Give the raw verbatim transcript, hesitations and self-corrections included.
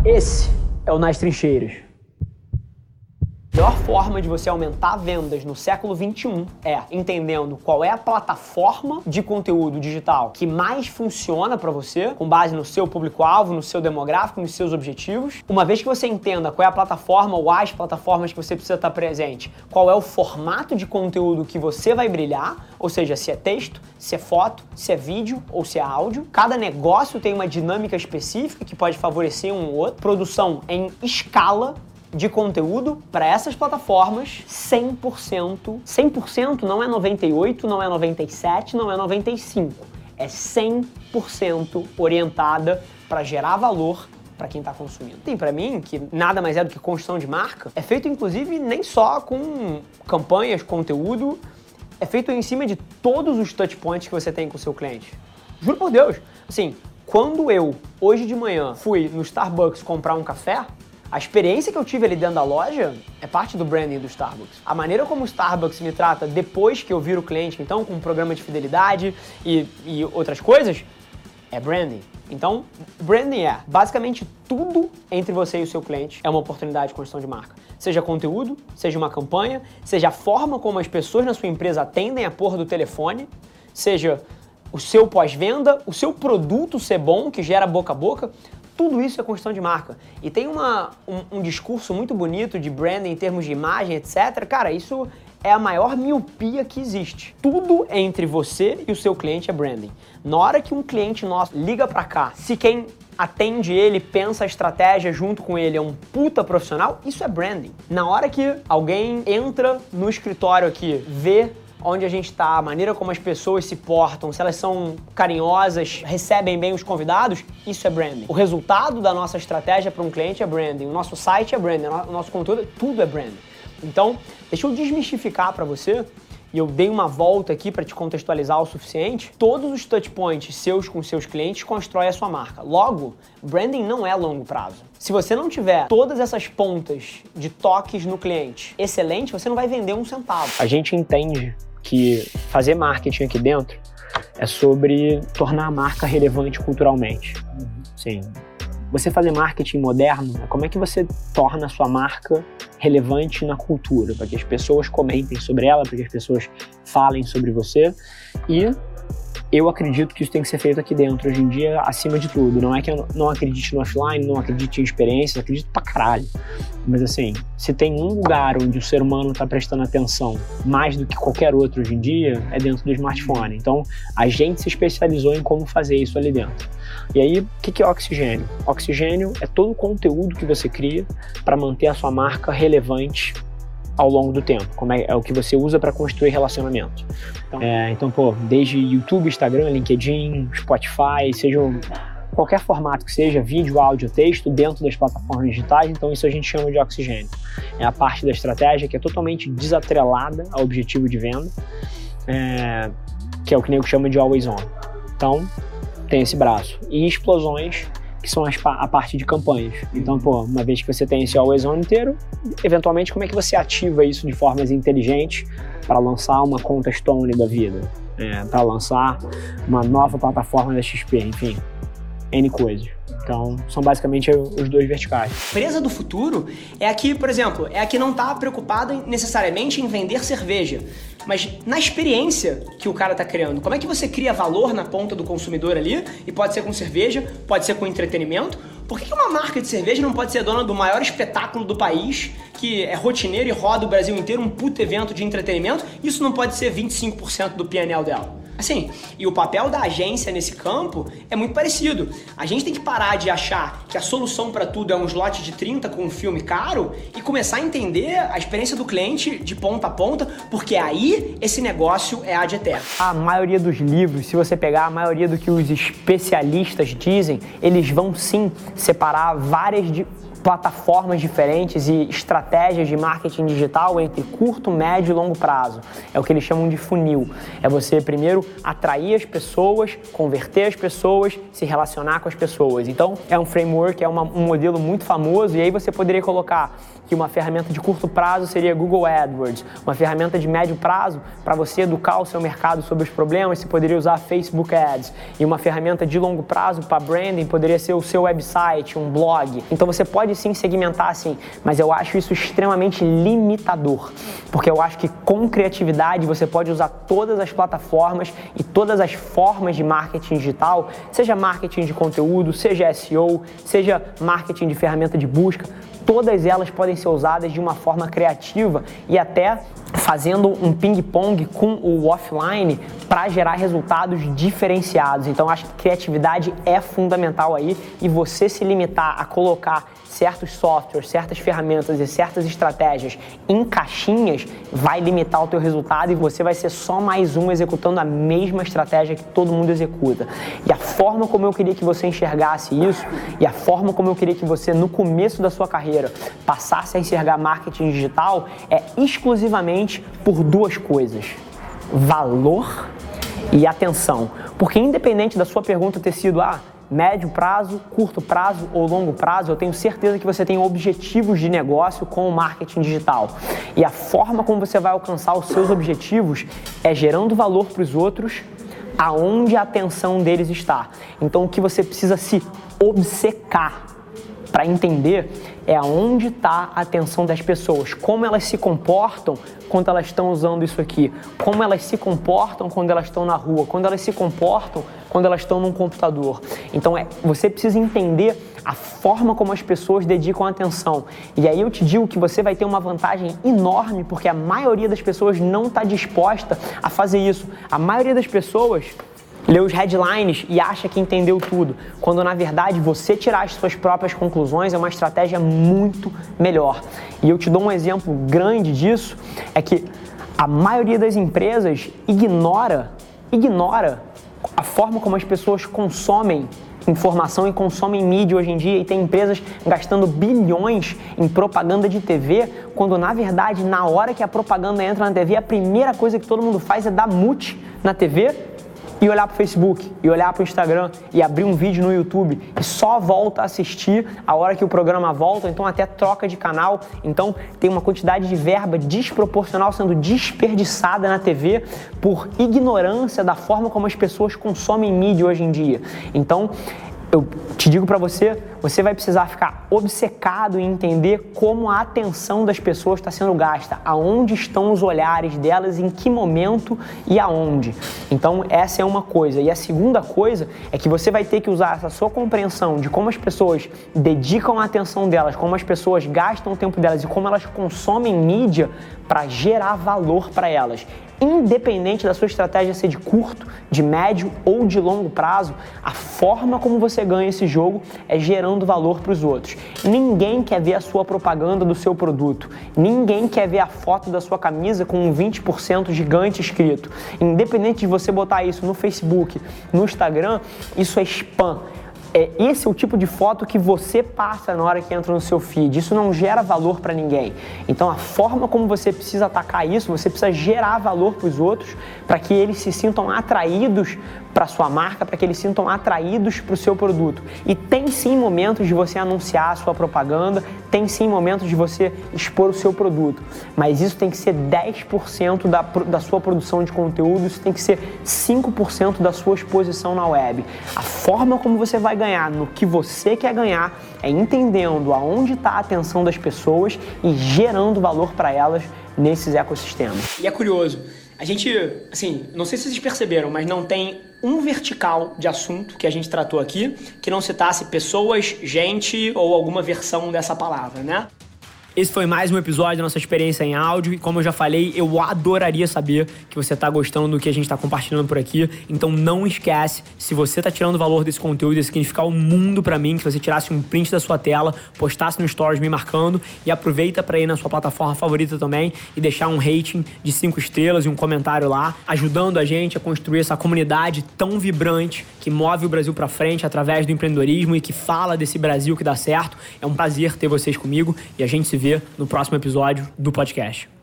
Esse é o Nas Trincheiras. A melhor forma de você aumentar vendas no século vinte e um é entendendo qual é a plataforma de conteúdo digital que mais funciona para você, com base no seu público-alvo, no seu demográfico, nos seus objetivos. Uma vez que você entenda qual é a plataforma ou as plataformas que você precisa estar presente, qual é o formato de conteúdo que você vai brilhar, ou seja, se é texto, se é foto, se é vídeo ou se é áudio. Cada negócio tem uma dinâmica específica que pode favorecer um ou outro. Produção em escala de conteúdo para essas plataformas cem por cento. cem por cento não é noventa e oito, não é noventa e sete, não é noventa e cinco. É cem por cento orientada para gerar valor para quem está consumindo. Tem para mim que nada mais é do que construção de marca. É feito inclusive nem só com campanhas, conteúdo, é feito em cima de todos os touch points que você tem com o seu cliente. Juro por Deus, assim, quando eu hoje de manhã fui no Starbucks comprar um café, a experiência que eu tive ali dentro da loja é parte do branding do Starbucks. A maneira como o Starbucks me trata depois que eu viro cliente, então, com um programa de fidelidade e, e outras coisas, é branding. Então, branding é basicamente tudo entre você e o seu cliente. É uma oportunidade de construção de marca. Seja conteúdo, seja uma campanha, seja a forma como as pessoas na sua empresa atendem a porra do telefone, seja o seu pós-venda, o seu produto ser bom, que gera boca a boca. Tudo isso é construção de marca. E tem uma, um, um discurso muito bonito de branding em termos de imagem, etcétera. Cara, isso é a maior miopia que existe. Tudo entre você e o seu cliente é branding. Na hora que um cliente nosso liga pra cá, se quem atende ele, pensa a estratégia junto com ele, é um puta profissional, isso é branding. Na hora que alguém entra no escritório aqui, vê onde a gente está, a maneira como as pessoas se portam, se elas são carinhosas, recebem bem os convidados, isso é branding. O resultado da nossa estratégia para um cliente é branding, o nosso site é branding, o nosso conteúdo, tudo é branding. Então, deixa eu desmistificar para você, e eu dei uma volta aqui para te contextualizar o suficiente. Todos os touchpoints seus com seus clientes constroem a sua marca. Logo, branding não é longo prazo. Se você não tiver todas essas pontas de toques no cliente excelente, você não vai vender um centavo. A gente entende que fazer marketing aqui dentro é sobre tornar a marca relevante culturalmente. Sim. Você fazer marketing moderno, como é que você torna a sua marca relevante na cultura, para que as pessoas comentem sobre ela, para que as pessoas falem sobre você. E eu acredito que isso tem que ser feito aqui dentro, hoje em dia, acima de tudo. Não é que eu não acredite no offline, não acredite em experiências, acredito pra caralho. Mas assim, se tem um lugar onde o ser humano está prestando atenção mais do que qualquer outro hoje em dia, é dentro do smartphone. Então, a gente se especializou em como fazer isso ali dentro. E aí, o que é oxigênio? Oxigênio é todo o conteúdo que você cria para manter a sua marca relevante ao longo do tempo, como é, é o que você usa para construir relacionamento. Então, é, então, pô, desde YouTube, Instagram, LinkedIn, Spotify, seja qualquer formato que seja, vídeo, áudio, texto, dentro das plataformas digitais, então isso a gente chama de oxigênio. É a parte da estratégia que é totalmente desatrelada ao objetivo de venda, é, que é o que o nego chama de always on. Então, tem esse braço. E explosões, que são as, a parte de campanhas. Então, pô, uma vez que você tem esse always on inteiro, eventualmente, como é que você ativa isso de formas inteligentes para lançar uma conta Stone da vida? É, para lançar uma nova plataforma da X P, enfim, N coisas. Então, são basicamente os dois verticais. A empresa do futuro é a que, por exemplo, é a que não está preocupada necessariamente em vender cerveja, mas na experiência que o cara está criando. Como é que você cria valor na ponta do consumidor ali? E pode ser com cerveja, pode ser com entretenimento. Por que uma marca de cerveja não pode ser dona do maior espetáculo do país, que é rotineiro e roda o Brasil inteiro, um puto evento de entretenimento? Isso não pode ser vinte e cinco por cento do P and L dela. Assim, e o papel da agência nesse campo é muito parecido. A gente tem que parar de achar que a solução para tudo é um slot de trinta com um filme caro e começar a entender a experiência do cliente de ponta a ponta, porque aí esse negócio é ad eterno. A maioria dos livros, se você pegar a maioria do que os especialistas dizem, eles vão sim separar várias de plataformas diferentes e estratégias de marketing digital entre curto, médio e longo prazo. É o que eles chamam de funil. É você primeiro atrair as pessoas, converter as pessoas, se relacionar com as pessoas. Então, é um framework, é uma, um modelo muito famoso, e aí você poderia colocar que uma ferramenta de curto prazo seria Google AdWords, uma ferramenta de médio prazo para você educar o seu mercado sobre os problemas, você poderia usar Facebook Ads, e uma ferramenta de longo prazo para branding poderia ser o seu website, um blog. Então você pode sim segmentar assim, mas eu acho isso extremamente limitador, porque eu acho que com criatividade você pode usar todas as plataformas e todas as formas de marketing digital, seja marketing de conteúdo, seja S E O, seja marketing de ferramenta de busca. Todas elas podem ser usadas de uma forma criativa e até fazendo um ping-pong com o offline para gerar resultados diferenciados. Então, acho que criatividade é fundamental aí, e você se limitar a colocar certos softwares, certas ferramentas e certas estratégias em caixinhas vai limitar o teu resultado, e você vai ser só mais um executando a mesma estratégia que todo mundo executa. E a forma como eu queria que você enxergasse isso, e a forma como eu queria que você, no começo da sua carreira, passasse a enxergar marketing digital é exclusivamente por duas coisas: valor e atenção. Porque independente da sua pergunta ter sido ah, médio prazo, curto prazo ou longo prazo, eu tenho certeza que você tem objetivos de negócio com o marketing digital. E a forma como você vai alcançar os seus objetivos é gerando valor para os outros aonde a atenção deles está. Então, o que você precisa se obcecar para entender é aonde está a atenção das pessoas, como elas se comportam quando elas estão usando isso aqui, como elas se comportam quando elas estão na rua, quando elas se comportam quando elas estão num computador. Então, é, você precisa entender a forma como as pessoas dedicam atenção. E aí eu te digo que você vai ter uma vantagem enorme, porque a maioria das pessoas não está disposta a fazer isso. A maioria das pessoas lê os headlines e acha que entendeu tudo, quando na verdade você tirar as suas próprias conclusões é uma estratégia muito melhor. E eu te dou um exemplo grande disso, é que a maioria das empresas ignora, ignora a forma como as pessoas consomem informação e consomem mídia hoje em dia, e tem empresas gastando bilhões em propaganda de T V, quando na verdade, na hora que a propaganda entra na T V, a primeira coisa que todo mundo faz é dar mute na T V e olhar para o Facebook, e olhar para o Instagram, e abrir um vídeo no YouTube, e só volta a assistir a hora que o programa volta, então até troca de canal. Então tem uma quantidade de verba desproporcional sendo desperdiçada na T V por ignorância da forma como as pessoas consomem mídia hoje em dia. Então, eu te digo para você, você vai precisar ficar obcecado em entender como a atenção das pessoas está sendo gasta, aonde estão os olhares delas, em que momento e aonde. Então, essa é uma coisa. E a segunda coisa é que você vai ter que usar essa sua compreensão de como as pessoas dedicam a atenção delas, como as pessoas gastam o tempo delas e como elas consomem mídia para gerar valor para elas. Independente da sua estratégia ser de curto, de médio ou de longo prazo, a forma como você ganha esse jogo é gerando valor para os outros. Ninguém quer ver a sua propaganda do seu produto. Ninguém quer ver a foto da sua camisa com um vinte por cento gigante escrito. Independente de você botar isso no Facebook, no Instagram, isso é spam. É, esse é o tipo de foto que você passa na hora que entra no seu feed. Isso não gera valor para ninguém. Então, a forma como você precisa atacar isso, você precisa gerar valor para os outros, para que eles se sintam atraídos para sua marca, para que eles se sintam atraídos para o seu produto. E tem sim momentos de você anunciar a sua propaganda, tem sim momentos de você expor o seu produto, mas isso tem que ser dez por cento da, da sua produção de conteúdo, isso tem que ser cinco por cento da sua exposição na web. A forma como você vai ganhar no que você quer ganhar é entendendo aonde está a atenção das pessoas e gerando valor para elas nesses ecossistemas. E é curioso, a gente, assim, não sei se vocês perceberam, mas não tem um vertical de assunto que a gente tratou aqui que não citasse pessoas, gente ou alguma versão dessa palavra, né? Esse foi mais um episódio da nossa experiência em áudio e, como eu já falei, eu adoraria saber que você tá gostando do que a gente tá compartilhando por aqui. Então não esquece, se você tá tirando valor desse conteúdo, ia significar o mundo pra mim, que você tirasse um print da sua tela, postasse no Stories me marcando e aproveita pra ir na sua plataforma favorita também e deixar um rating de cinco estrelas e um comentário lá, ajudando a gente a construir essa comunidade tão vibrante que move o Brasil pra frente através do empreendedorismo e que fala desse Brasil que dá certo. É um prazer ter vocês comigo e a gente se vê no próximo episódio do podcast.